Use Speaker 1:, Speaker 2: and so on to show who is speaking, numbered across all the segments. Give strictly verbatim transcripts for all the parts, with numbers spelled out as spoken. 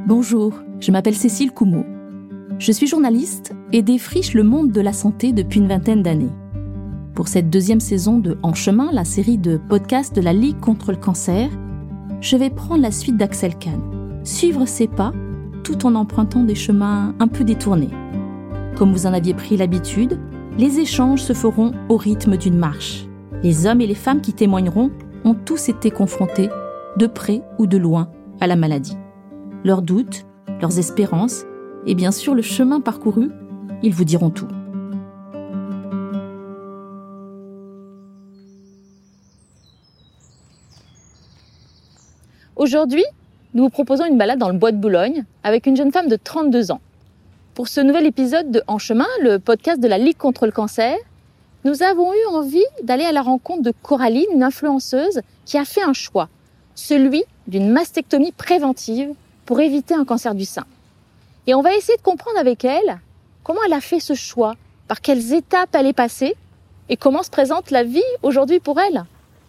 Speaker 1: Bonjour, je m'appelle Cécile Coumeau. Je suis journaliste et défriche le monde de la santé depuis une vingtaine d'années. Pour cette deuxième saison de En chemin, la série de podcasts de la Ligue contre le cancer, je vais prendre la suite d'Axel Kahn, suivre ses pas tout en empruntant des chemins un peu détournés. Comme vous en aviez pris l'habitude, les échanges se feront au rythme d'une marche. Les hommes et les femmes qui témoigneront ont tous été confrontés, de près ou de loin, à la maladie. Leurs doutes, leurs espérances et bien sûr le chemin parcouru, ils vous diront tout.
Speaker 2: Aujourd'hui, nous vous proposons une balade dans le bois de Boulogne avec une jeune femme de trente-deux ans. Pour ce nouvel épisode de En chemin, le podcast de la Ligue contre le cancer, nous avons eu envie d'aller à la rencontre de Coraline, une influenceuse qui a fait un choix, celui d'une mastectomie préventive pour éviter un cancer du sein. Et on va essayer de comprendre avec elle comment elle a fait ce choix, par quelles étapes elle est passée et comment se présente la vie aujourd'hui pour elle.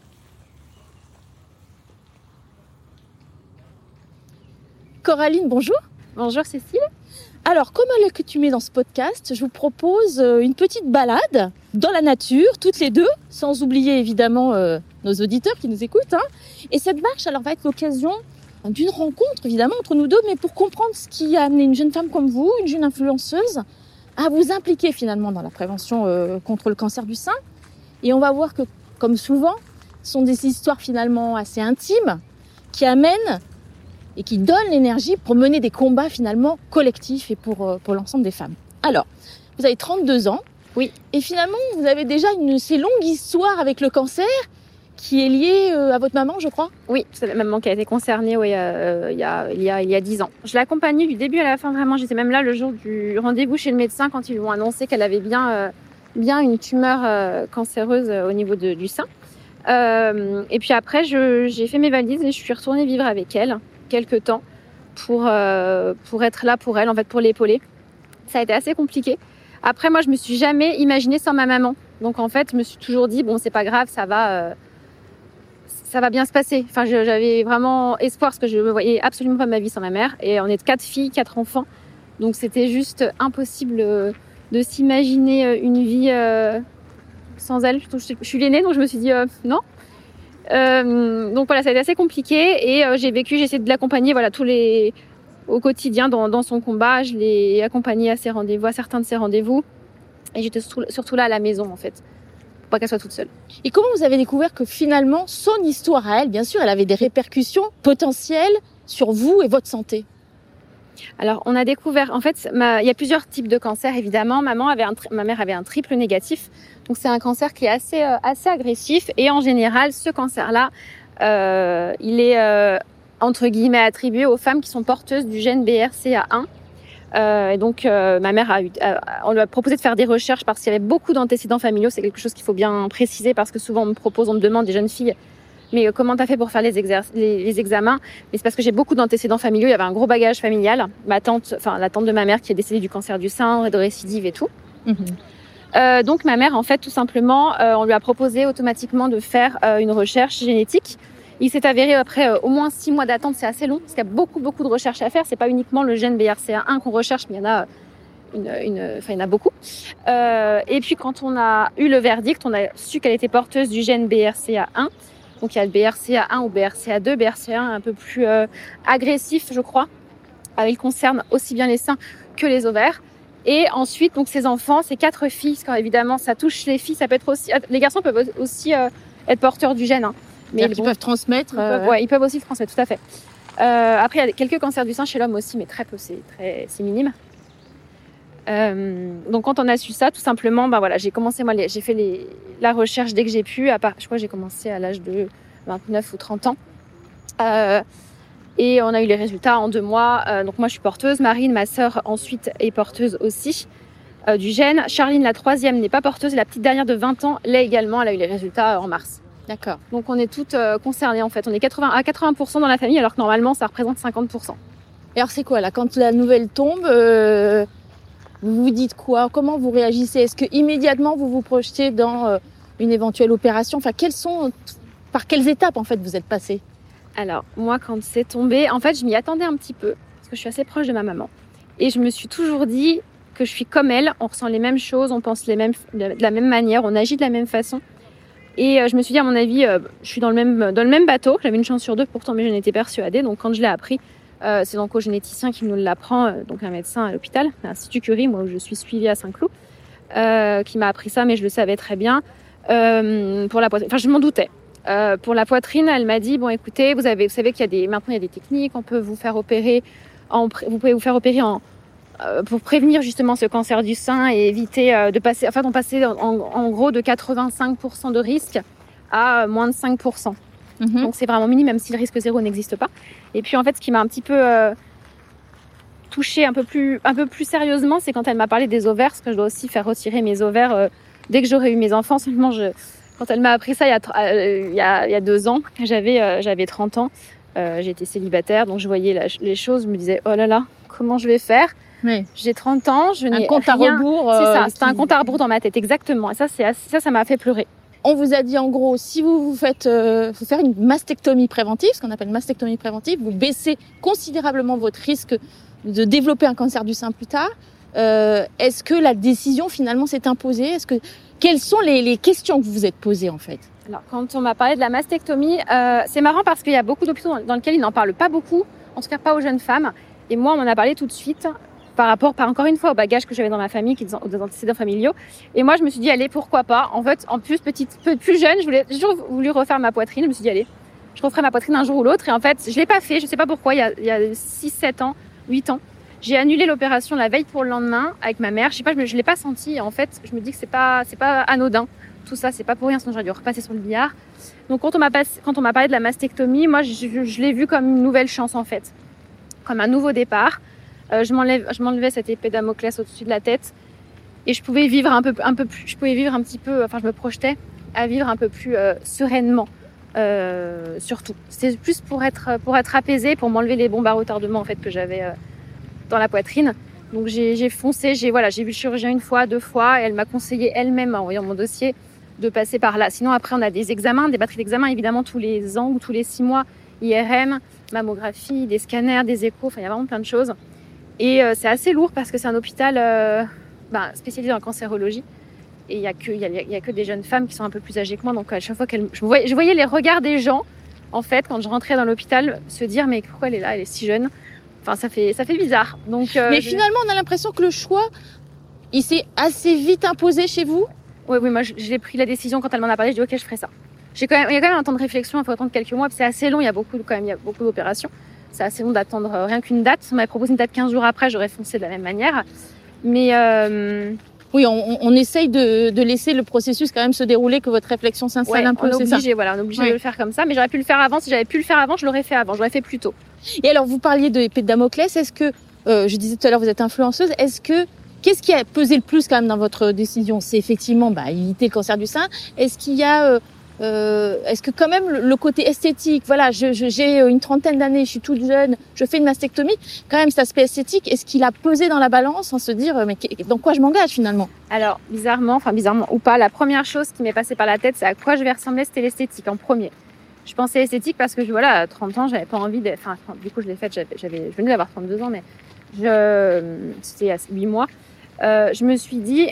Speaker 2: Coraline, bonjour.
Speaker 3: Bonjour Cécile.
Speaker 2: Alors, comme à l'accoutumée dans ce podcast, je vous propose une petite balade dans la nature, toutes les deux, sans oublier évidemment euh, nos auditeurs qui nous écoutent. Hein. Et cette marche, alors, va être l'occasion d'une rencontre, évidemment, entre nous deux, mais pour comprendre ce qui a amené une jeune femme comme vous, une jeune influenceuse, à vous impliquer finalement dans la prévention euh, contre le cancer du sein. Et on va voir que, comme souvent, ce sont des histoires finalement assez intimes qui amènent et qui donnent l'énergie pour mener des combats finalement collectifs et pour, euh, pour l'ensemble des femmes. Alors, vous avez trente-deux ans.
Speaker 3: Oui.
Speaker 2: Et finalement, vous avez déjà une assez longue histoire avec le cancer qui est liée euh, à votre maman, je crois.
Speaker 3: Oui, c'est la maman qui a été concernée oui, euh, il, y a, il, y a, il y a dix ans. Je l'ai accompagnée du début à la fin, vraiment. J'étais même là le jour du rendez-vous chez le médecin quand ils lui ont annoncé qu'elle avait bien, euh, bien une tumeur euh, cancéreuse au niveau de, du sein. Euh, et puis après, je, j'ai fait mes valises et je suis retournée vivre avec elle quelques temps pour, euh, pour être là pour elle, en fait, pour l'épauler. Ça a été assez compliqué. Après, moi, je me suis jamais imaginée sans ma maman. Donc, en fait, je me suis toujours dit, bon, c'est pas grave, ça va... Euh, ça va bien se passer. Enfin, je, j'avais vraiment espoir parce que je ne me voyais absolument pas ma vie sans ma mère. Et on est quatre filles, quatre enfants. Donc, c'était juste impossible de s'imaginer une vie euh, sans elle. Je, je suis l'aînée, donc je me suis dit euh, non. Euh, donc voilà, ça a été assez compliqué. Et euh, j'ai vécu, j'ai essayé de l'accompagner voilà, tous les, au quotidien dans, dans son combat. Je l'ai accompagnée à ses rendez-vous, à certains de ses rendez-vous. Et j'étais surtout, surtout là à la maison, en fait. Pas qu'elle soit toute seule.
Speaker 2: Et comment vous avez découvert que finalement, son histoire à elle, bien sûr, elle avait des répercussions potentielles sur vous et votre santé?
Speaker 3: Alors, on a découvert, en fait, ma, il y a plusieurs types de cancers, évidemment. Maman avait un, ma mère avait un triple négatif. Donc, c'est un cancer qui est assez, euh, assez agressif. Et en général, ce cancer-là, euh, il est, euh, entre guillemets, attribué aux femmes qui sont porteuses du gène B R C A un. Euh, et donc, euh, ma mère a eu, euh, on lui a proposé de faire des recherches parce qu'il y avait beaucoup d'antécédents familiaux. C'est quelque chose qu'il faut bien préciser parce que souvent on me propose, on me demande des jeunes filles, mais euh, comment t'as fait pour faire les, exer- les, les examens? Mais c'est parce que j'ai beaucoup d'antécédents familiaux. Il y avait un gros bagage familial. Ma tante, enfin la tante de ma mère qui est décédée du cancer du sein, de récidive et tout. Mmh. Euh, donc ma mère, en fait, tout simplement, euh, on lui a proposé automatiquement de faire euh, une recherche génétique. Il s'est avéré après euh, au moins six mois d'attente, c'est assez long, parce qu'il y a beaucoup, beaucoup de recherches à faire. C'est pas uniquement le gène B R C A un qu'on recherche, mais il y en a, une, une, enfin, il y en a beaucoup. Euh, et puis, quand on a eu le verdict, on a su qu'elle était porteuse du gène B R C A un. Donc, il y a le B R C A un ou B R C A deux. B R C A un un peu plus euh, agressif, je crois. Euh, il concerne aussi bien les seins que les ovaires. Et ensuite, donc, ces enfants, ces quatre filles, parce qu'évidemment, ça touche les filles, ça peut être aussi, les garçons peuvent aussi euh, être porteurs du gène, hein.
Speaker 2: Mais ils bon, peuvent transmettre.
Speaker 3: Ils peuvent, euh... ouais, ils peuvent aussi le transmettre, tout à fait. Euh, après, il y a quelques cancers du sein chez l'homme aussi, mais très peu, c'est très, c'est minime. Euh, donc, quand on a su ça, tout simplement, ben voilà, j'ai commencé, moi, les, j'ai fait les, la recherche dès que j'ai pu. À part, je crois que j'ai commencé à l'âge de vingt-neuf ou trente ans. Euh, et on a eu les résultats en deux mois. Euh, donc, moi, je suis porteuse. Marine, ma sœur, ensuite, est porteuse aussi euh, du gène. Charline, la troisième, n'est pas porteuse. Et la petite dernière de vingt ans, l'est également. Elle a eu les résultats en mars.
Speaker 2: D'accord.
Speaker 3: Donc, on est toutes euh, concernées, en fait. On est quatre-vingts à quatre-vingts pour cent dans la famille, alors que normalement, ça représente cinquante pour cent.
Speaker 2: Et alors, c'est quoi, là, quand la nouvelle tombe, euh, vous vous dites quoi? Comment vous réagissez? Est-ce que immédiatement vous vous projetez dans euh, une éventuelle opération? Enfin, quelles sont, par quelles étapes, en fait, vous êtes passée?
Speaker 3: Alors, moi, quand c'est tombé, en fait, je m'y attendais un petit peu. Parce que je suis assez proche de ma maman. Et je me suis toujours dit que je suis comme elle, on ressent les mêmes choses, on pense les mêmes, de la même manière, on agit de la même façon. Et euh, je me suis dit, à mon avis, euh, je suis dans le même, dans le même bateau. J'avais une chance sur deux, pourtant, mais j'en étais persuadée. Donc, quand je l'ai appris, euh, c'est l'oncogénéticien qui nous l'apprend, euh, donc un médecin à l'hôpital, à l'Institut Curie, moi où je suis suivie à Saint-Cloud, euh, qui m'a appris ça, mais je le savais très bien. Euh, pour la poitrine, enfin, je m'en doutais. Euh, pour la poitrine, elle m'a dit, bon, écoutez, vous, avez, vous savez qu'il y a des, maintenant, il y a des techniques, on peut vous faire opérer, en, vous pouvez vous faire opérer en, euh, pour prévenir justement ce cancer du sein et éviter euh, de passer, enfin, on passait en, en gros de quatre-vingt-cinq pour cent de risque à moins de cinq pour cent. Mm-hmm. Donc, c'est vraiment minime, même si le risque zéro n'existe pas. Et puis, en fait, ce qui m'a un petit peu euh, touchée un peu plus, un peu plus sérieusement, c'est quand elle m'a parlé des ovaires, parce que je dois aussi faire retirer mes ovaires euh, dès que j'aurai eu mes enfants. Seulement, je... Quand elle m'a appris ça il y a, euh, il y a, il y a deux ans, j'avais, euh, j'avais trente ans, euh, j'étais célibataire, donc je voyais la, les choses, je me disais, oh là là, comment je vais faire ? Oui. J'ai trente ans, je n'ai
Speaker 2: un compte
Speaker 3: rien.
Speaker 2: à rebours. Euh,
Speaker 3: c'est ça,
Speaker 2: qui...
Speaker 3: c'était un compte à rebours dans ma tête, exactement. Et ça, c'est, ça, ça m'a fait pleurer.
Speaker 2: On vous a dit en gros, si vous vous faites, euh, faut faire une mastectomie préventive, ce qu'on appelle mastectomie préventive, vous baissez considérablement votre risque de développer un cancer du sein plus tard. Euh, est-ce que la décision finalement s'est imposée ? Est-ce que Quelles sont les, les questions que vous vous êtes posées en fait ?
Speaker 3: Alors, quand on m'a parlé de la mastectomie, euh, c'est marrant parce qu'il y a beaucoup d'hôpitaux dans, dans lesquels ils n'en parlent pas beaucoup, en tout cas pas aux jeunes femmes. Et moi, on m'en a parlé tout de suite par rapport, par encore une fois, au bagage que j'avais dans ma famille, qui aux antécédents familiaux. Et moi, je me suis dit, allez, pourquoi pas ? En fait, en plus, petite, plus jeune, je voulais, j'ai toujours voulu refaire ma poitrine. Je me suis dit, allez, je referai ma poitrine un jour ou l'autre. Et en fait, je l'ai pas fait. Je sais pas pourquoi. Il y a, il y a six, sept ans, huit ans. J'ai annulé l'opération la veille pour le lendemain avec ma mère. Je sais pas, je, me, je l'ai pas senti. En fait, je me dis que c'est pas, c'est pas anodin. Tout ça, c'est pas pour rien, sinon j'aurais dû repasser sur le billard. Donc, quand on m'a, passé, quand on m'a parlé de la mastectomie, moi, je, je, je l'ai vu comme une nouvelle chance, en fait. Comme un nouveau départ. Euh, je, m'enlève, je m'enlevais cette épée Damoclès au-dessus de la tête. Et je pouvais vivre un peu, un peu plus, je pouvais vivre un petit peu, enfin, je me projetais à vivre un peu plus euh, sereinement, euh, surtout. C'était plus pour être, pour être apaisée, pour m'enlever les bombes à retardement, en fait, que j'avais euh, dans la poitrine. Donc, j'ai, j'ai foncé, j'ai, voilà, j'ai vu le chirurgien une fois, deux fois, et elle m'a conseillé elle-même, en voyant mon dossier, de passer par là. Sinon, après, on a des examens, des batteries d'examens, évidemment, tous les ans ou tous les six mois, I R M, mammographie, des scanners, des échos, enfin, il y a vraiment plein de choses. Et euh, c'est assez lourd parce que c'est un hôpital euh, bah, spécialisé en cancérologie. Et il n'y a, a, a que des jeunes femmes qui sont un peu plus âgées que moi. Donc, à chaque fois qu'elle, je, voyais, je voyais les regards des gens, en fait, quand je rentrais dans l'hôpital, se dire, mais pourquoi elle est là, elle est si jeune ? Enfin, ça fait, ça fait bizarre. Donc, euh,
Speaker 2: mais
Speaker 3: je...
Speaker 2: finalement, on a l'impression que le choix, il s'est assez vite imposé chez vous ?
Speaker 3: Oui, oui, moi, j'ai pris la décision quand elle m'en a parlé. Je dis, ok, je ferai ça. J'ai quand même, il y a quand même un temps de réflexion, il faut attendre quelques mois, puis c'est assez long, il y a beaucoup, quand même, il y a beaucoup d'opérations. C'est assez long d'attendre rien qu'une date. Si on m'avait proposé une date quinze jours après, j'aurais foncé de la même manière. Mais euh...
Speaker 2: oui, on, on essaye de, de laisser le processus quand même se dérouler, que votre réflexion s'installe
Speaker 3: ouais,
Speaker 2: un peu.
Speaker 3: On est
Speaker 2: c'est
Speaker 3: obligé,
Speaker 2: ça
Speaker 3: voilà, on est obligé
Speaker 2: ouais.
Speaker 3: de le faire comme ça. Mais j'aurais pu le faire avant. Si j'avais pu le faire avant, je l'aurais fait avant. J'aurais fait plus tôt.
Speaker 2: Et alors, vous parliez de épée de Damoclès. Est-ce que, euh, je disais tout à l'heure, vous êtes influenceuse. Est-ce que, qu'est-ce qui a pesé le plus quand même dans votre décision ? C'est effectivement bah, éviter le cancer du sein. Est-ce qu'il y a euh, Euh, est-ce que quand même le, le côté esthétique, voilà, je, je, j'ai une trentaine d'années, je suis toute jeune, je fais une mastectomie, quand même cet aspect esthétique, est-ce qu'il a pesé dans la balance sans se dire, mais dans quoi je m'engage finalement ?
Speaker 3: Alors, bizarrement, enfin bizarrement ou pas, la première chose qui m'est passée par la tête, c'est à quoi je vais ressembler, c'était l'esthétique en premier. Je pensais esthétique parce que, voilà, à trente ans, j'avais pas envie de... Enfin, du coup, je l'ai faite, j'avais, j'avais, je venais d'avoir trente-deux ans, mais je, c'était à huit mois. Euh, je me suis dit...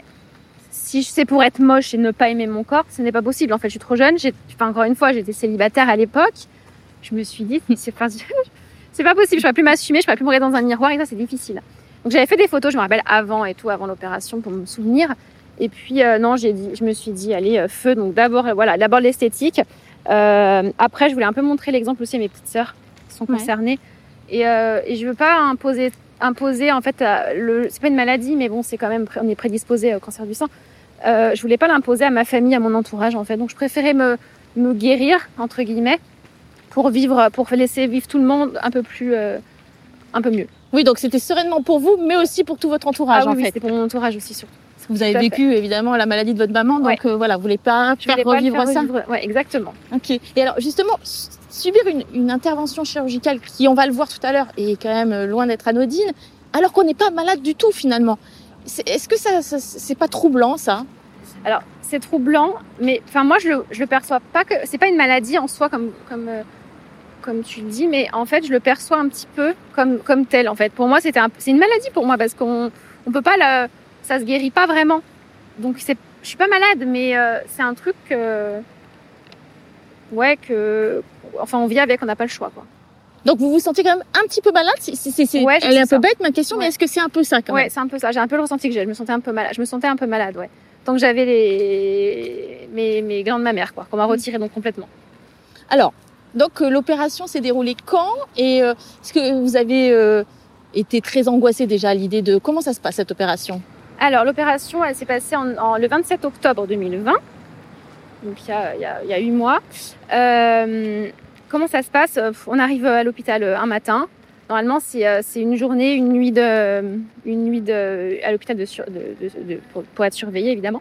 Speaker 3: Si c'est pour être moche et ne pas aimer mon corps, ce n'est pas possible. En fait, je suis trop jeune. J'ai, enfin, encore une fois, j'étais célibataire à l'époque. Je me suis dit, c'est pas, c'est pas possible. Je ne pourrais plus m'assumer, je ne pourrais plus me regarder dans un miroir et ça, c'est difficile. Donc, j'avais fait des photos, je me rappelle, avant et tout, avant l'opération pour me souvenir. Et puis, euh, non, j'ai dit, je me suis dit, allez, euh, feu. Donc, d'abord, euh, voilà, d'abord l'esthétique. Euh, après, je voulais un peu montrer l'exemple aussi à mes petites sœurs qui sont concernées. Ouais. Et, euh, et je ne veux pas imposer, imposer en fait, euh, le, c'est pas une maladie, mais bon, c'est quand même, on est prédisposé au cancer du sein. Euh, je voulais pas l'imposer à ma famille, à mon entourage en fait. Donc je préférais me, me guérir entre guillemets pour vivre, pour laisser vivre tout le monde un peu plus, euh, un peu mieux.
Speaker 2: Oui, donc c'était sereinement pour vous, mais aussi pour tout votre entourage
Speaker 3: ah,
Speaker 2: en
Speaker 3: oui,
Speaker 2: fait.
Speaker 3: Oui, c'était pour mon entourage aussi surtout.
Speaker 2: Vous avez vécu évidemment la maladie de votre maman, donc ouais. euh, voilà, vous voulez pas
Speaker 3: je
Speaker 2: faire
Speaker 3: voulais
Speaker 2: revivre
Speaker 3: pas
Speaker 2: ça.
Speaker 3: Revivre. Ouais, exactement.
Speaker 2: Ok. Et alors justement, subir une, une intervention chirurgicale qui, on va le voir tout à l'heure, est quand même loin d'être anodine, alors qu'on n'est pas malade du tout finalement. C'est, est-ce que ça, ça, c'est pas troublant ça ?
Speaker 3: Alors, c'est troublant, mais enfin moi je le je le perçois pas que c'est pas une maladie en soi comme comme euh, comme tu le dis, mais en fait, je le perçois un petit peu comme comme tel. En fait, pour moi, c'était un, c'est une maladie pour moi parce qu'on on peut pas la, ça se guérit pas vraiment. Donc c'est, je suis pas malade, mais euh, c'est un truc que, ouais, que, enfin, on vit avec, on n'a pas le choix, quoi.
Speaker 2: Donc vous vous sentez quand même un petit peu malade, c'est, c'est, c'est,
Speaker 3: ouais,
Speaker 2: elle est un
Speaker 3: ça.
Speaker 2: peu bête ma question, ouais. Mais est-ce que c'est un peu ça quand
Speaker 3: ouais,
Speaker 2: même?
Speaker 3: Ouais, c'est un peu ça. J'ai un peu le ressenti que j'ai. Je me sentais un peu malade. Je me sentais un peu malade, ouais. Donc j'avais les mes mes glandes mammaires, quoi, qu'on m'a retiré donc complètement.
Speaker 2: Alors, donc euh, l'opération s'est déroulée quand et euh, est-ce que vous avez euh, été très angoissée déjà à l'idée de comment ça se passe cette opération?
Speaker 3: Alors l'opération, elle s'est passée en, en le vingt-sept octobre deux mille vingt. Donc il y a il y a il y a huit mois. Euh, comment ça se passe? On arrive à l'hôpital un matin. Normalement, c'est, c'est une journée, une nuit, de, une nuit de, à l'hôpital de, sur, de, de, de, pour, pour être surveillée, évidemment.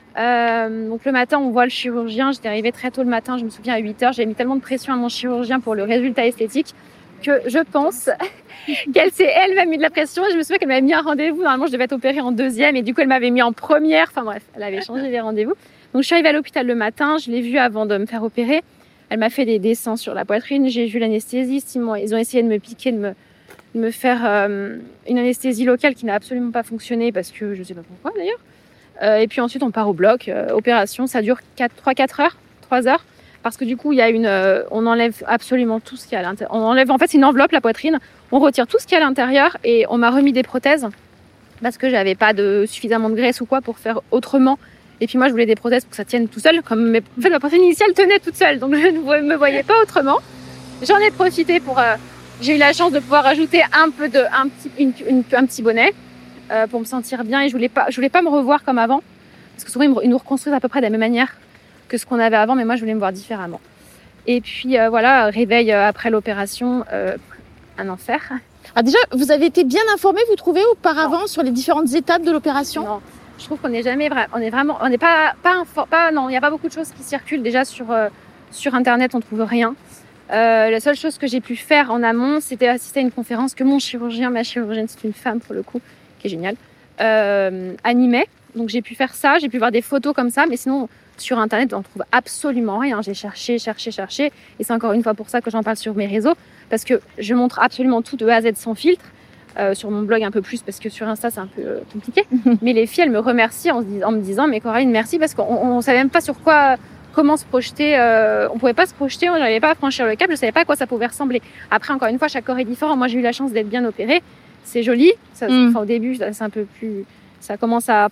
Speaker 3: Euh, donc le matin, on voit le chirurgien. J'étais arrivée très tôt le matin, je me souviens à huit heures. J'avais mis tellement de pression à mon chirurgien pour le résultat esthétique que je pense qu'elle s'est elle-même mis de la pression. Et je me souviens qu'elle m'avait mis un rendez-vous. Normalement, je devais être opérée en deuxième et du coup, elle m'avait mis en première. Enfin bref, elle avait changé les rendez-vous. Donc je suis arrivée à l'hôpital le matin, je l'ai vue avant de me faire opérer. Elle m'a fait des dessins sur la poitrine, j'ai vu l'anesthésiste, ils, m'ont, ils ont essayé de me piquer, de me, de me faire euh, une anesthésie locale qui n'a absolument pas fonctionné parce que je ne sais pas pourquoi d'ailleurs. Euh, et puis ensuite on part au bloc, euh, opération, ça dure trois quatre heures, trois heures, parce que du coup il y a une, euh, on enlève absolument tout ce qu'il y a à l'intérieur. On enlève, en fait c'est une enveloppe, la poitrine, on retire tout ce qu'il y a à l'intérieur et on m'a remis des prothèses parce que j'avais pas de, suffisamment de graisse ou quoi pour faire autrement. Et puis moi, je voulais des prothèses pour que ça tienne tout seul. Comme mes... en fait, ma poitrine initiale tenait toute seule, donc je ne me voyais pas autrement. J'en ai profité pour... Euh... J'ai eu la chance de pouvoir ajouter un peu de... un petit, une, une, un petit bonnet euh, pour me sentir bien. Et je voulais pas, je voulais pas me revoir comme avant. Parce que souvent, ils, me... ils nous reconstruisent à peu près de la même manière que ce qu'on avait avant. Mais moi, je voulais me voir différemment. Et puis, euh, voilà, réveil euh, après l'opération, euh, un enfer.
Speaker 2: Ah, déjà, vous avez été bien informée, vous trouvez, auparavant, non. sur les différentes étapes de l'opération?
Speaker 3: Non. Je trouve qu'on n'est jamais vrai, on est vraiment, on n'est pas, pas, pas, non, il n'y a pas beaucoup de choses qui circulent déjà sur, euh, sur Internet, on trouve rien. Euh, la seule chose que j'ai pu faire en amont, c'était assister à une conférence que mon chirurgien, ma chirurgienne, c'est une femme pour le coup, qui est géniale, euh, animait. Donc j'ai pu faire ça, j'ai pu voir des photos comme ça, mais sinon sur Internet, on trouve absolument rien. J'ai cherché, cherché, cherché, et c'est encore une fois pour ça que j'en parle sur mes réseaux, parce que je montre absolument tout de A à Z sans filtre. Euh, sur mon blog un peu plus parce que sur Insta c'est un peu euh, compliqué. Mais les filles elles me remercient en, se dis- en me disant mais Coraline merci parce qu'on ne savait même pas sur quoi, comment se projeter. Euh, on pouvait pas se projeter, on n'arrivait pas à franchir le cap. Je savais pas à quoi ça pouvait ressembler. Après encore une fois chaque corps est différent. Moi j'ai eu la chance d'être bien opérée. C'est joli. Ça, mm. Au début c'est un peu plus, ça commence à,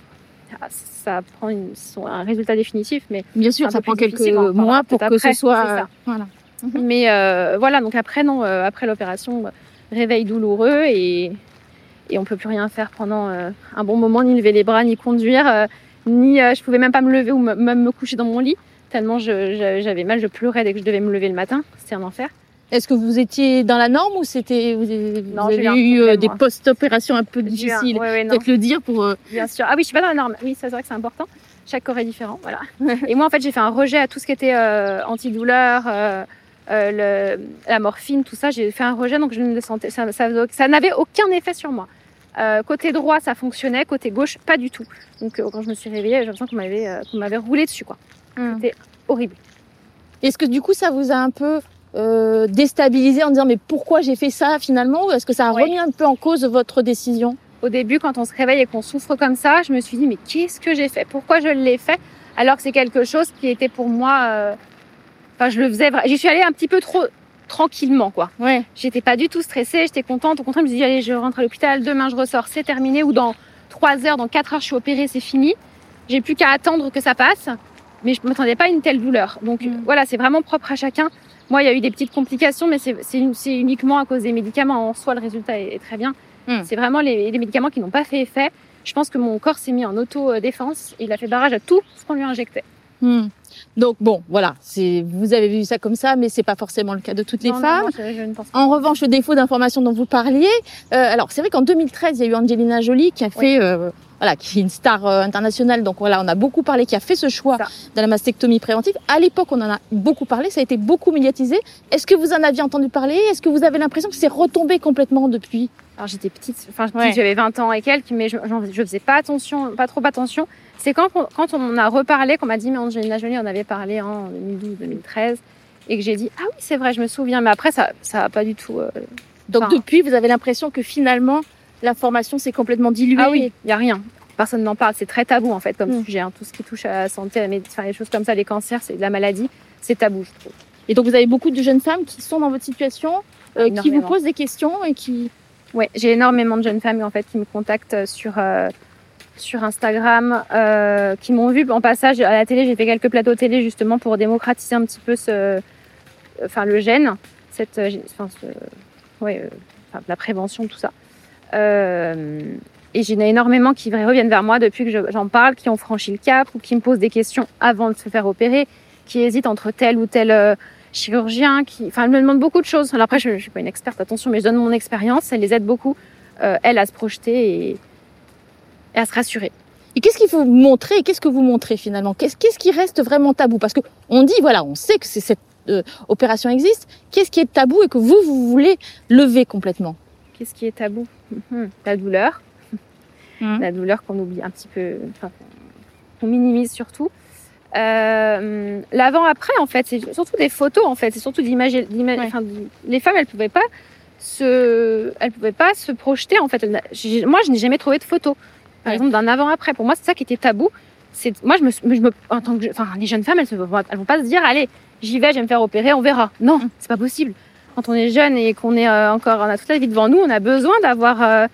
Speaker 3: ça prend une, un résultat définitif. Mais
Speaker 2: bien sûr ça prend quelques mois pour que
Speaker 3: après,
Speaker 2: ce soit.
Speaker 3: Ça. Voilà. Mm-hmm. Mais euh, voilà donc après non euh, après l'opération. Réveil douloureux et, et on peut plus rien faire pendant euh, un bon moment, ni lever les bras, ni conduire, euh, ni euh, je pouvais même pas me lever ou me, même me coucher dans mon lit tellement je, je, j'avais mal, je pleurais dès que je devais me lever le matin, c'était un enfer.
Speaker 2: Est-ce que vous étiez dans la norme ou c'était vous avez,
Speaker 3: non,
Speaker 2: vous avez eu
Speaker 3: problème,
Speaker 2: euh, des
Speaker 3: moi.
Speaker 2: post-opérations un peu difficiles,
Speaker 3: ouais, ouais,
Speaker 2: peut-être le dire pour. Euh...
Speaker 3: Bien sûr, ah oui je suis pas dans la norme, oui c'est vrai que c'est important. Chaque corps est différent, voilà. Et moi en fait j'ai fait un rejet à tout ce qui était euh, antidouleur. Euh, Euh, le, la morphine, tout ça, j'ai fait un rejet, donc je ne le sentais, ça, ça, ça n'avait aucun effet sur moi. Euh, côté droit, ça fonctionnait, côté gauche, pas du tout. Donc euh, quand je me suis réveillée, j'ai l'impression qu'on m'avait, euh, qu'on m'avait roulé dessus, quoi. Mm. C'était horrible.
Speaker 2: Est-ce que du coup, ça vous a un peu euh, déstabilisé en disant mais pourquoi j'ai fait ça finalement, ou est-ce que ça a oui. remis un peu en cause votre décision?
Speaker 3: Au début, quand on se réveille et qu'on souffre comme ça, je me suis dit mais qu'est-ce que j'ai fait? Pourquoi je l'ai fait? Alors que c'est quelque chose qui était pour moi... Euh, Enfin, je le faisais. J'y suis allée un petit peu trop tranquillement, quoi.
Speaker 2: Ouais.
Speaker 3: J'étais pas du tout stressée. J'étais contente. Au contraire, je me suis dit, allez, je rentre à l'hôpital. Demain, je ressors. C'est terminé. Ou dans trois heures, dans quatre heures, je suis opérée. C'est fini. J'ai plus qu'à attendre que ça passe. Mais je m'attendais pas à une telle douleur. Donc mmh. voilà, c'est vraiment propre à chacun. Moi, il y a eu des petites complications, mais c'est, c'est, c'est uniquement à cause des médicaments. En soi, le résultat est, est très bien. Mmh. C'est vraiment les, les médicaments qui n'ont pas fait effet. Je pense que mon corps s'est mis en auto-défense. Il a fait barrage à tout ce qu'on lui injectait.
Speaker 2: Mmh. Donc bon, voilà, c'est, vous avez vu ça comme ça, mais c'est pas forcément le cas de toutes les
Speaker 3: non,
Speaker 2: femmes.
Speaker 3: Non, je, je ne pense pas.
Speaker 2: En revanche, le défaut d'information dont vous parliez, euh, alors c'est vrai qu'en deux mille treize, il y a eu Angelina Jolie qui a fait, oui. euh, voilà, qui est une star euh, internationale. Donc voilà, on a beaucoup parlé, qui a fait ce choix ça. de la mastectomie préventive. À l'époque, on en a beaucoup parlé, ça a été beaucoup médiatisé. Est-ce que vous en aviez entendu parler? Est-ce que vous avez l'impression que c'est retombé complètement depuis?
Speaker 3: Alors j'étais petite, enfin ouais. j'avais vingt ans et quelques, mais je, je faisais pas attention, pas trop attention. C'est quand, quand on a reparlé, qu'on m'a dit mais Angelina Jolie en avait parlé en deux mille douze deux mille treize, et que j'ai dit ah oui c'est vrai, je me souviens, mais après ça ça a pas du tout. Euh...
Speaker 2: Donc enfin, depuis, vous avez l'impression que finalement l'information s'est complètement diluée.
Speaker 3: Ah oui, il y a rien. Personne n'en parle, c'est très tabou en fait comme mmh. sujet. Hein. Tout ce qui touche à la santé, à la médecine, enfin, les choses comme ça, les cancers, c'est de la maladie, c'est tabou, je trouve.
Speaker 2: Et donc vous avez beaucoup de jeunes femmes qui sont dans votre situation, euh, qui vous posent des questions et qui.
Speaker 3: Ouais, j'ai énormément de jeunes femmes en fait qui me contactent sur euh, sur Instagram, euh, qui m'ont vu en passage à la télé. J'ai fait quelques plateaux télé justement pour démocratiser un petit peu ce, enfin le gène, cette, enfin, ce, ouais, euh, enfin, la prévention, tout ça. Euh, et j'ai énormément qui reviennent vers moi depuis que je, j'en parle, qui ont franchi le cap ou qui me posent des questions avant de se faire opérer, qui hésitent entre tel ou tel euh, chirurgien, qui, enfin, elles me demandent beaucoup de choses. Alors après, je, je suis pas une experte, attention, mais je donne mon expérience, elle les aide beaucoup, euh, elles, à se projeter et, et à se rassurer.
Speaker 2: Et qu'est-ce qu'il faut montrer et qu'est-ce que vous montrez finalement ? Qu'est-ce, qu'est-ce qui reste vraiment tabou ? Parce que on dit, voilà, on sait que c'est cette euh, opération existe. Qu'est-ce qui est tabou et que vous, vous voulez lever complètement ?
Speaker 3: Qu'est-ce qui est tabou ? mmh, La douleur. Mmh. La douleur qu'on oublie un petit peu, enfin, qu'on minimise surtout. Euh, l'avant-après, en fait, c'est surtout des photos, en fait. C'est surtout d'images. Ouais. Enfin, les femmes, elles pouvaient pas se, elles pouvaient pas se projeter, en fait. Moi, je n'ai jamais trouvé de photos, par ouais. exemple, d'un avant-après. Pour moi, c'est ça qui était tabou. C'est, moi, je me, je me, en tant que, enfin, les jeunes femmes, elles, se, elles vont pas se dire, allez, j'y vais, je vais me faire opérer, on verra. Non, mmh. c'est pas possible. Quand on est jeune et qu'on est euh, encore, on a toute la vie devant nous, on a besoin d'avoir, euh,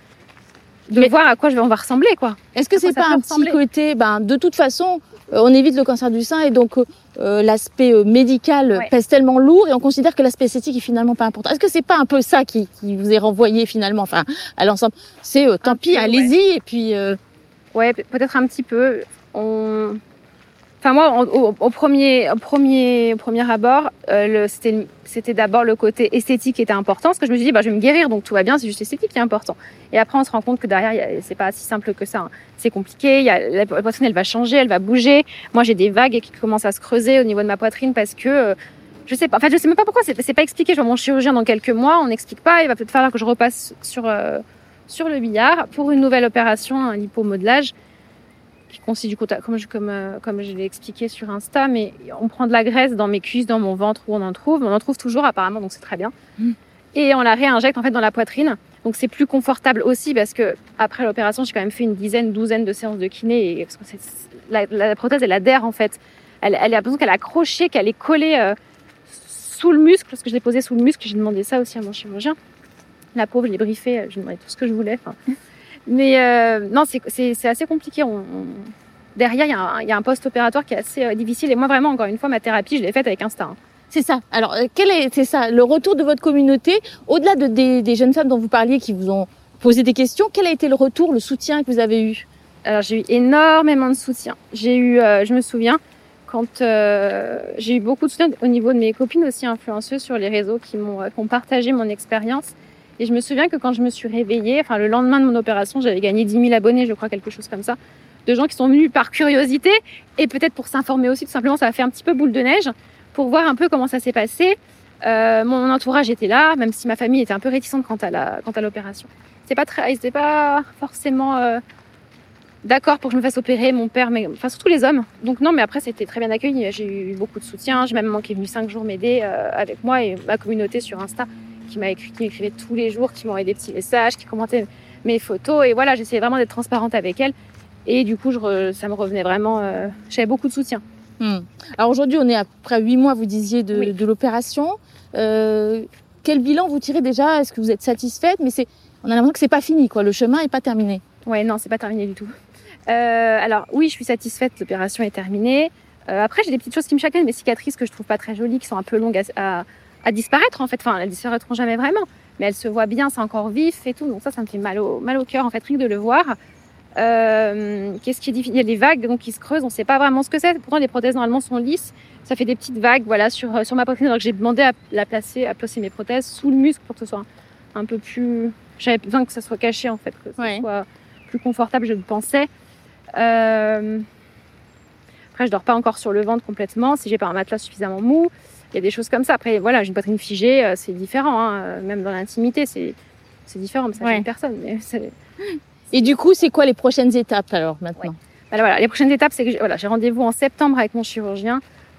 Speaker 3: de mais voir à quoi je vais, on va ressembler, quoi.
Speaker 2: Est-ce que c'est pas un petit côté, ben, de toute façon, euh, on évite le cancer du sein et donc euh, l'aspect euh, médical ouais. pèse tellement lourd et on considère que l'aspect esthétique est finalement pas important. Est-ce que c'est pas un peu ça qui, qui vous est renvoyé finalement, enfin, à l'ensemble ? C'est euh, tant un pis, peu, allez-y ouais. et puis. Euh...
Speaker 3: Ouais, peut-être un petit peu. On. Enfin moi, au, au premier, au premier, au premier abord, euh, le, c'était, c'était d'abord le côté esthétique qui était important, parce que je me suis dit, bah je vais me guérir, donc tout va bien, c'est juste esthétique qui est important. Et après, on se rend compte que derrière, y a, c'est pas si simple que ça. Hein. C'est compliqué. Il y a, la poitrine, elle va changer, elle va bouger. Moi, j'ai des vagues qui commencent à se creuser au niveau de ma poitrine parce que euh, je sais pas. En fait, je sais même pas pourquoi. C'est, c'est pas expliqué. Je vois mon chirurgien dans quelques mois. On n'explique pas. Il va peut-être falloir que je repasse sur euh, sur le billard pour une nouvelle opération, un lipomodelage. Qui consiste du coup, comme je, comme, euh, comme je l'ai expliqué sur Insta, mais on prend de la graisse dans mes cuisses, dans mon ventre, où on en trouve. On en trouve toujours apparemment, donc c'est très bien. Mmh. Et on la réinjecte en fait dans la poitrine. Donc c'est plus confortable aussi parce que après l'opération, j'ai quand même fait une dizaine, douzaine de séances de kiné. Et parce que c'est, la, la prothèse, elle adhère en fait. Elle, elle a besoin qu'elle est accrochée, qu'elle est collée euh, sous le muscle, parce que je l'ai posée sous le muscle. J'ai demandé ça aussi à mon chirurgien. La pauvre, je l'ai briefée, je lui ai demandé tout ce que je voulais. Enfin. Mais euh, non, c'est, c'est, c'est assez compliqué. On, on... Derrière, il y a un, il y a un post-opératoire qui est assez euh, difficile. Et moi, vraiment, encore une fois, ma thérapie, je l'ai faite avec Insta. Hein.
Speaker 2: C'est ça. Alors, euh, quel est, c'est ça, le retour de votre communauté, au-delà de, des, des jeunes femmes dont vous parliez, qui vous ont posé des questions, quel a été le retour, le soutien que vous avez eu ?
Speaker 3: Alors, j'ai eu énormément de soutien. J'ai eu, euh, je me souviens, quand euh, j'ai eu beaucoup de soutien au niveau de mes copines aussi influenceuses sur les réseaux qui m'ont, euh, qui ont partagé mon expérience. Et je me souviens que quand je me suis réveillée, enfin le lendemain de mon opération, j'avais gagné dix mille abonnés, je crois, quelque chose comme ça, de gens qui sont venus par curiosité et peut-être pour s'informer aussi, tout simplement, ça a fait un petit peu boule de neige pour voir un peu comment ça s'est passé. Euh, mon entourage était là, même si ma famille était un peu réticente quant à la, quant à l'opération. C'est pas très, ils étaient pas forcément euh, d'accord pour que je me fasse opérer, mon père, mais enfin surtout les hommes. Donc non, mais après c'était très bien accueilli. J'ai eu beaucoup de soutien. J'ai même maman qui est venue cinq jours m'aider euh, avec moi et ma communauté sur Insta. qui m'a écrit, qui m'écrivait tous les jours, qui m'envoyait des petits messages, qui commentait mes photos. Et voilà, j'essayais vraiment d'être transparente avec elle. Et du coup, je, ça me revenait vraiment... Euh, j'avais beaucoup de soutien.
Speaker 2: Mmh. Alors aujourd'hui, on est après huit mois, vous disiez, de, oui. de l'opération. Euh, quel bilan vous tirez déjà ? Est-ce que vous êtes satisfaite ? Mais c'est, on a l'impression que c'est pas fini, quoi. Le chemin est pas terminé.
Speaker 3: Ouais, non, c'est pas terminé du tout. Euh, alors oui, je suis satisfaite. L'opération est terminée. Euh, après, j'ai des petites choses qui me chagreinent, mes cicatrices que je trouve pas très jolies, qui sont un peu longues à, à, à disparaître en fait. Enfin, elles disparaîtront jamais vraiment, mais elles se voient bien, c'est encore vif et tout. Donc ça, ça me fait mal au mal au cœur en fait, rien que de le voir. Euh, qu'est-ce qui est difficile ? Il y a des vagues donc qui se creusent, on sait pas vraiment ce que c'est. Pourtant, les prothèses normalement sont lisses. Ça fait des petites vagues, voilà, sur sur ma poitrine. Alors que j'ai demandé à la placer, à placer mes prothèses sous le muscle pour que ce soit un, un peu plus. J'avais besoin que ça soit caché en fait, que ce ouais. soit plus confortable, je le pensais. Euh... Après, je dors pas encore sur le ventre complètement. Si j'ai pas un matelas suffisamment mou, il y a des choses comme ça. Après, voilà, j'ai une poitrine figée, c'est différent. Hein. Même dans l'intimité, c'est c'est différent. Mais ça, ouais. c'est une personne. Mais c'est...
Speaker 2: Et du coup, c'est quoi les prochaines étapes alors maintenant ?
Speaker 3: Ouais. Alors, voilà, les prochaines étapes, c'est que j'ai, voilà, j'ai rendez-vous en septembre avec mon chirurgien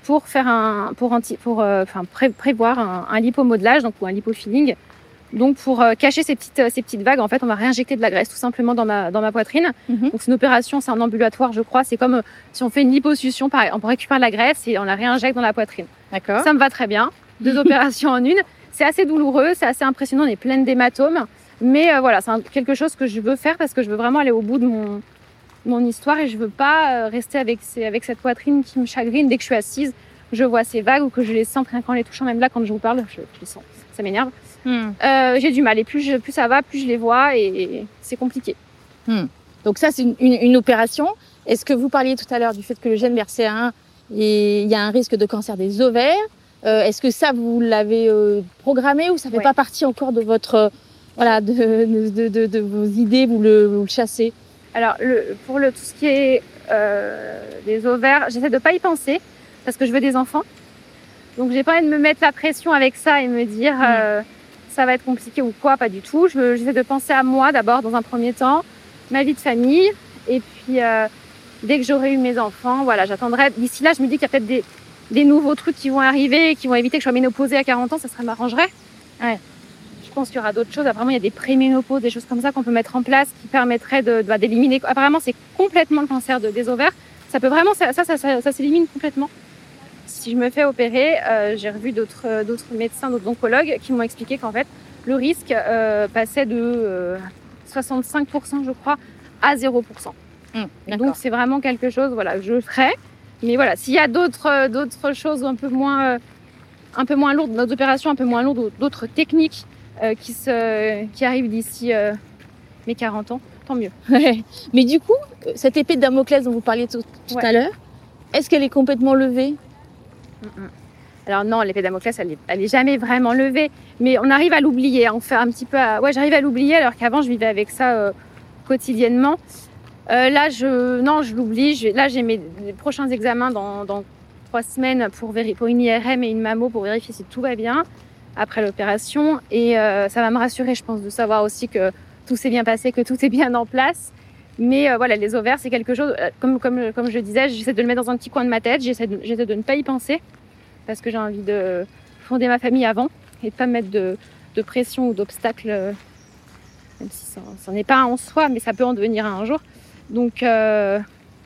Speaker 3: pour faire un, pour anti, pour, euh, enfin, pré- prévoir un, un lipomodelage, donc ou un lipofilling. Donc pour euh, cacher ces petites, euh, ces petites vagues, en fait, on va réinjecter de la graisse tout simplement dans ma, dans ma poitrine.
Speaker 2: Mhm.
Speaker 3: Donc c'est une opération, c'est un ambulatoire, je crois. C'est comme euh, si on fait une liposuction, pareil, on récupère la graisse et on la réinjecte dans la poitrine.
Speaker 2: D'accord.
Speaker 3: Ça me va très bien. Deux opérations en une. C'est assez douloureux, c'est assez impressionnant, on est pleine d'hématomes. Mais euh, voilà, c'est un, quelque chose que je veux faire parce que je veux vraiment aller au bout de mon, mon histoire et je veux pas euh, rester avec, ces, avec cette poitrine qui me chagrine. Dès que je suis assise, je vois ces vagues ou que je les sens rien qu'en les touchant. Même là, quand je vous parle, je, je les sens. Ça m'énerve.
Speaker 2: Hmm.
Speaker 3: Euh, j'ai du mal et plus, je, plus ça va, plus je les vois et, et c'est compliqué.
Speaker 2: Hmm. Donc ça, c'est une, une, une opération. Est-ce que vous parliez tout à l'heure du fait que le gène B R C A un, il y a un risque de cancer des ovaires? euh, Est-ce que ça, vous l'avez euh, programmé ou ça fait
Speaker 3: Ouais.
Speaker 2: pas partie encore de votre, euh, voilà, de, de, de, de, de vos idées, vous le, vous le chassez?
Speaker 3: Alors, le, pour le, tout ce qui est euh, des ovaires, j'essaie de pas y penser parce que je veux des enfants. Donc, j'ai pas envie de me mettre la pression avec ça et me dire
Speaker 2: Mmh.
Speaker 3: euh, ça va être compliqué ou quoi, pas du tout. Je, j'essaie de penser à moi d'abord dans un premier temps, ma vie de famille. Et puis, euh, dès que j'aurai eu mes enfants, voilà, j'attendrai. D'ici là, je me dis qu'il y a peut-être des, des nouveaux trucs qui vont arriver et qui vont éviter que je sois ménopausée à quarante ans. Ça serait m'arrangerait.
Speaker 2: Ouais.
Speaker 3: Je pense qu'il y aura d'autres choses. Apparemment, il y a des préménopauses, des choses comme ça qu'on peut mettre en place qui permettraient de, de, bah, d'éliminer. Apparemment, c'est complètement le cancer de, des ovaires. Ça peut vraiment, ça, ça, ça, ça, ça s'élimine complètement. Si je me fais opérer, euh, j'ai revu d'autres, d'autres médecins, d'autres oncologues qui m'ont expliqué qu'en fait, le risque euh, passait de euh, soixante-cinq pour cent, je crois, à zéro pour cent.
Speaker 2: Mmh,
Speaker 3: Donc, c'est vraiment quelque chose, voilà, que je ferai. Mais voilà, s'il y a d'autres, euh, d'autres choses un peu moins, euh, un peu moins lourdes, d'autres opérations un peu moins lourdes, ou d'autres techniques euh, qui, se, qui arrivent d'ici euh, mes quarante ans, tant mieux.
Speaker 2: Ouais. Mais du coup, cette épée de Damoclès dont vous parliez tout, tout
Speaker 3: Ouais.
Speaker 2: à l'heure, est-ce qu'elle est complètement levée?
Speaker 3: Alors non, l'épée de Damoclès, elle est, elle est jamais vraiment levée, mais on arrive à l'oublier, à en faire un petit peu. À... Ouais, j'arrive à l'oublier alors qu'avant je vivais avec ça euh, quotidiennement. Euh, là, je, non, je l'oublie. Je... Là, j'ai mes les prochains examens dans, dans trois semaines pour, véri... pour une I R M et une mammo pour vérifier si tout va bien après l'opération, et euh, ça va me rassurer, je pense, de savoir aussi que tout s'est bien passé, que tout est bien en place. Mais euh, voilà, les ovaires, c'est quelque chose, euh, comme, comme, comme je le disais, j'essaie de le mettre dans un petit coin de ma tête, j'essaie de, j'essaie de ne pas y penser, parce que j'ai envie de fonder ma famille avant, et de pas me mettre de, de pression ou d'obstacles, euh, même si ça n'en est pas un en soi, mais ça peut en devenir un un jour. Donc, euh,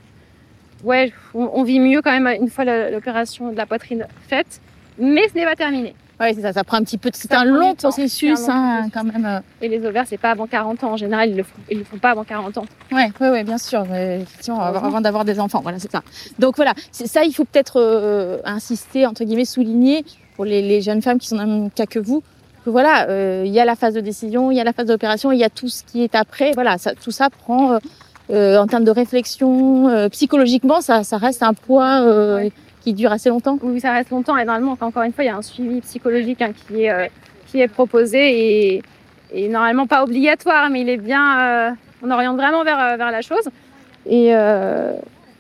Speaker 3: ouais, on, on vit mieux quand même une fois la, l'opération de la poitrine faite, mais ce n'est pas terminé.
Speaker 2: Oui, c'est ça, ça prend un petit peu de... C'est
Speaker 3: Ça
Speaker 2: un
Speaker 3: prend
Speaker 2: long
Speaker 3: du temps,
Speaker 2: processus,
Speaker 3: c'est un long
Speaker 2: hein,
Speaker 3: processus.
Speaker 2: quand même. euh.
Speaker 3: Et les ovaires, c'est pas avant quarante ans. En général, ils le font, ils le font pas avant quarante ans.
Speaker 2: Ouais, ouais, ouais, bien sûr. Mais effectivement, avant,
Speaker 3: Heureusement.
Speaker 2: avant d'avoir des enfants, voilà, c'est ça. Donc voilà, c'est ça, il faut peut-être euh, insister, entre guillemets, souligner pour les, les jeunes femmes qui sont dans le même cas que vous, que voilà, euh, il y a la phase de décision, il y a la phase d'opération, il y a tout ce qui est après. Voilà, ça, tout ça prend, euh, euh, en termes de réflexion, euh, psychologiquement, ça, ça reste un poids euh,
Speaker 3: Ouais.
Speaker 2: qui dure assez longtemps.
Speaker 3: Oui, ça reste longtemps. Et normalement, encore une fois, il y a un suivi psychologique hein, qui est euh, qui est proposé et, et normalement pas obligatoire, mais il est bien. Euh, on oriente vraiment vers euh, vers la chose. Et euh,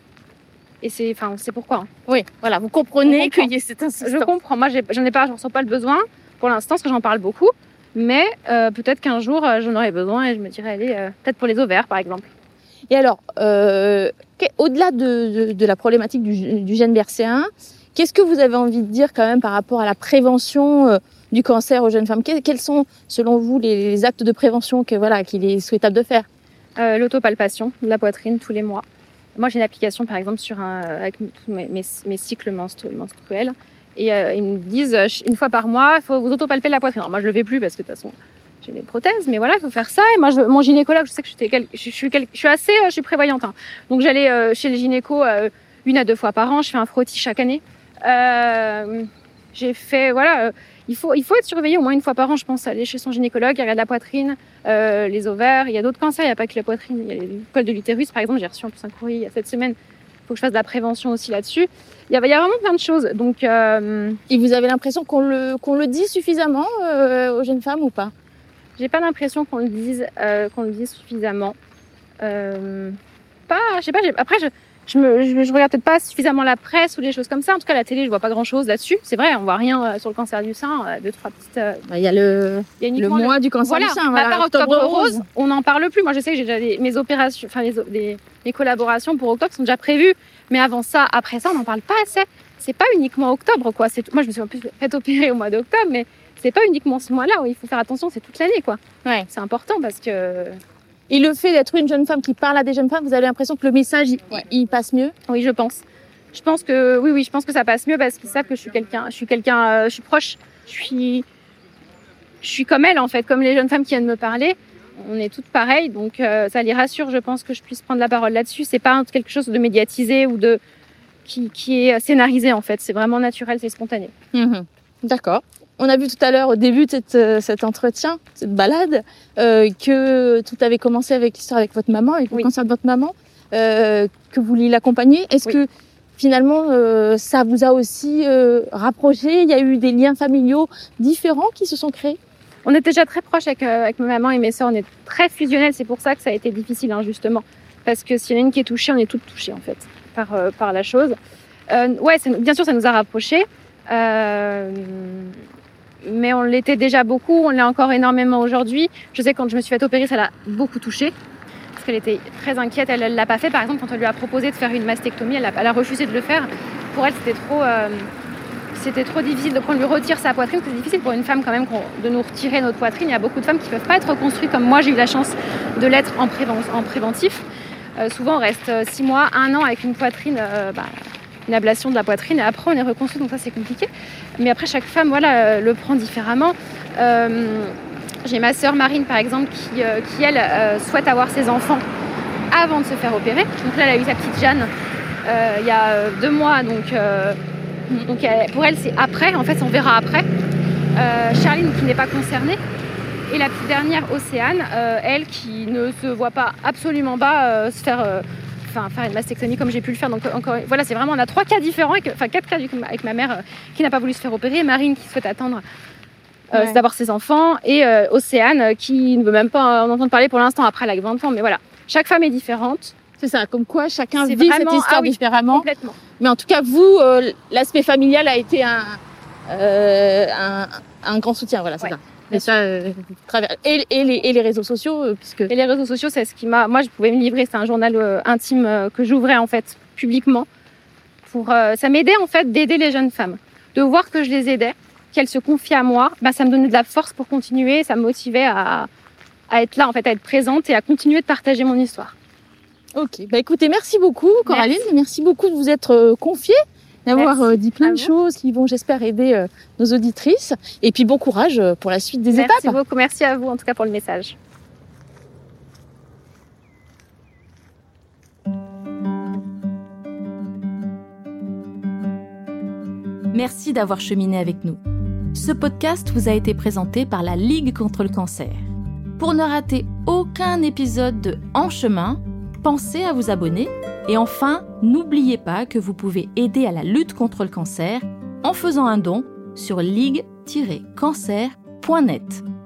Speaker 3: et c'est, enfin, c'est pourquoi. hein.
Speaker 2: Oui, voilà, vous comprenez
Speaker 3: On comprend.
Speaker 2: qu'il y a cette
Speaker 3: Je
Speaker 2: insistance.
Speaker 3: comprends. Moi, j'ai, j'en ai pas, je ressens pas le besoin pour l'instant, parce que j'en parle beaucoup. Mais euh, peut-être qu'un jour, euh, j'en aurai besoin et je me dirais, allez, euh, peut-être pour les ovaires, par exemple.
Speaker 2: Et alors, euh, qu'est- au-delà de, de, de la problématique du, du gène B R C A un, qu'est-ce que vous avez envie de dire quand même par rapport à la prévention euh, du cancer aux jeunes femmes? Que- Quels sont, selon vous, les, les actes de prévention que, voilà, qu'il est souhaitable de faire?
Speaker 3: Euh, l'autopalpation de la poitrine tous les mois. Moi, j'ai une application, par exemple, sur un, avec tous mes, mes, mes cycles menstru- menstruels. Et euh, ils me disent, euh, une fois par mois, il faut vous autopalper la poitrine. Alors, moi, je le fais plus parce que de toute façon, j'ai des prothèses. Mais voilà, il faut faire ça. Et moi, je, mon gynécologue, je sais que j'étais quel- je, je, suis quel- je suis assez, euh, je suis prévoyante. Hein. Donc, j'allais euh, chez le gynéco euh, une à deux fois par an. Je fais un frottis chaque année. Euh, j'ai fait, voilà, euh, il faut, il faut être surveillé au moins une fois par an, je pense, aller chez son gynécologue, il regarde la poitrine, euh, les ovaires, il y a d'autres cancers, il n'y a pas que la poitrine, il y a le col de l'utérus, par exemple, j'ai reçu en plus un courrier il y a cette semaine, il faut que je fasse de la prévention aussi là-dessus. Il y a, il y a vraiment plein de choses, donc euh,
Speaker 2: Et vous avez l'impression qu'on le, qu'on le dit suffisamment euh, aux jeunes femmes ou pas?
Speaker 3: j'ai pas l'impression qu'on le dise, euh, qu'on le dise suffisamment. Euh, pas, je sais pas, j'ai- après, je, je, me, je, je regarde peut-être pas suffisamment la presse ou des choses comme ça. En tout cas, la télé, je vois pas grand-chose là-dessus. C'est vrai, on voit rien euh, sur le cancer du sein, euh, deux, trois petites... euh,
Speaker 2: Il y a le,
Speaker 3: il y a
Speaker 2: le
Speaker 3: uniquement
Speaker 2: mois du cancer
Speaker 3: Voilà,
Speaker 2: du sein,
Speaker 3: à
Speaker 2: voilà,
Speaker 3: part Octobre Rose, on n'en parle plus. Moi, je sais que j'ai déjà des, mes opérations, enfin les, les- mes collaborations pour octobre sont déjà prévues, mais avant ça, après ça, on n'en parle pas assez. c'est pas uniquement octobre, quoi. C'est, moi, je me suis en plus fait opérer au mois d'octobre, mais c'est pas uniquement ce mois-là où il faut faire attention, c'est toute l'année, quoi.
Speaker 2: Ouais.
Speaker 3: C'est important parce que...
Speaker 2: Et le fait d'être une jeune femme qui parle à des jeunes femmes, vous avez l'impression que le message, il, ouais. il passe mieux?
Speaker 3: Oui, je pense. Je pense que, oui, oui, je pense que ça passe mieux parce qu'ils savent que je suis quelqu'un, je suis quelqu'un, euh, je suis proche, je suis, je suis comme elle, en fait, comme les jeunes femmes qui viennent me parler. On est toutes pareilles, donc euh, ça les rassure, je pense, que je puisse prendre la parole là-dessus. C'est pas quelque chose de médiatisé ou de qui, qui est scénarisé, en fait. C'est vraiment naturel, c'est spontané.
Speaker 2: Mmh. D'accord. On a vu tout à l'heure, au début de cette, euh, cet entretien, cette balade, euh, que tout avait commencé avec l'histoire avec votre maman, avec le oui. cancer de votre maman, euh, que vous vouliez l'accompagner. Est-ce oui. que finalement, euh, ça vous a aussi euh, rapproché? Il y a eu des liens familiaux différents qui se sont créés?
Speaker 3: On est déjà très proches avec, euh, avec ma maman et mes sœurs. On est très fusionnels. C'est pour ça que ça a été difficile, hein, justement. Parce que s'il y en a une qui est touchée, on est toutes touchées, en fait, par, euh, par la chose. Euh, ouais, c'est, bien sûr, ça nous a rapprochés. Euh, mais on l'était déjà beaucoup. On l'est encore énormément aujourd'hui. Je sais que quand je me suis fait opérer, ça l'a beaucoup touchée. Parce qu'elle était très inquiète. Elle ne l'a pas fait. Par exemple, quand on lui a proposé de faire une mastectomie, elle a, elle a refusé de le faire. Pour elle, c'était trop... Euh, C'était trop difficile, donc on lui retire sa poitrine. C'est difficile pour une femme quand même de nous retirer notre poitrine. Il y a beaucoup de femmes qui ne peuvent pas être reconstruites comme moi, j'ai eu la chance de l'être en, préven- en préventif. Euh, souvent on reste six mois, un an avec une poitrine, euh, bah, une ablation de la poitrine et après on est reconstruit, donc ça c'est compliqué. Mais après chaque femme voilà, euh, le prend différemment. Euh, j'ai ma sœur Marine par exemple qui, euh, qui elle euh, souhaite avoir ses enfants avant de se faire opérer. Donc là elle a eu sa petite Jeanne euh, il y a deux mois, donc... Euh, Donc pour elle c'est après, en fait on verra après. Euh, Charline qui n'est pas concernée et la petite dernière Océane, euh, elle qui ne se voit pas absolument pas euh, se faire, euh, enfin faire une mastectomie comme j'ai pu le faire. Donc encore, voilà, c'est vraiment on a trois cas différents, avec, enfin quatre cas avec ma mère euh, qui n'a pas voulu se faire opérer, Marine qui souhaite attendre euh, ouais. d'avoir ses enfants et euh, Océane euh, qui ne veut même pas en entendre parler pour l'instant. Après elle a vingt ans, mais voilà, chaque femme est différente.
Speaker 2: C'est ça, comme quoi chacun
Speaker 3: c'est
Speaker 2: vit
Speaker 3: vraiment...
Speaker 2: cette histoire
Speaker 3: ah oui,
Speaker 2: différemment.
Speaker 3: Complètement.
Speaker 2: Mais en tout cas, vous, euh, l'aspect familial a été un, euh, un, un grand soutien. Voilà, c'est ouais, ça. Et, ça euh, travers... et, et, les, et les réseaux sociaux, euh, puisque...
Speaker 3: Et les réseaux sociaux, c'est ce qui m'a... Moi, je pouvais me livrer. C'est un journal euh, intime euh, que j'ouvrais, en fait, publiquement. Pour, euh, ça m'aidait, en fait, d'aider les jeunes femmes. De voir que je les aidais, qu'elles se confiaient à moi, bah, ça me donnait de la force pour continuer. Ça me motivait à, à être là, en fait, à être présente et à continuer de partager mon histoire.
Speaker 2: Ok, bah écoutez, merci beaucoup Coraline, merci, merci beaucoup de vous être euh, confiée, d'avoir euh, dit plein de choses qui vont, j'espère, aider euh, nos auditrices. Et puis bon courage pour la suite des
Speaker 3: merci
Speaker 2: étapes.
Speaker 3: Merci beaucoup, merci à vous en tout cas pour le message.
Speaker 1: Merci d'avoir cheminé avec nous. Ce podcast vous a été présenté par la Ligue contre le cancer. Pour ne rater aucun épisode de En chemin, pensez à vous abonner et enfin, n'oubliez pas que vous pouvez aider à la lutte contre le cancer en faisant un don sur ligue tiret cancer point net.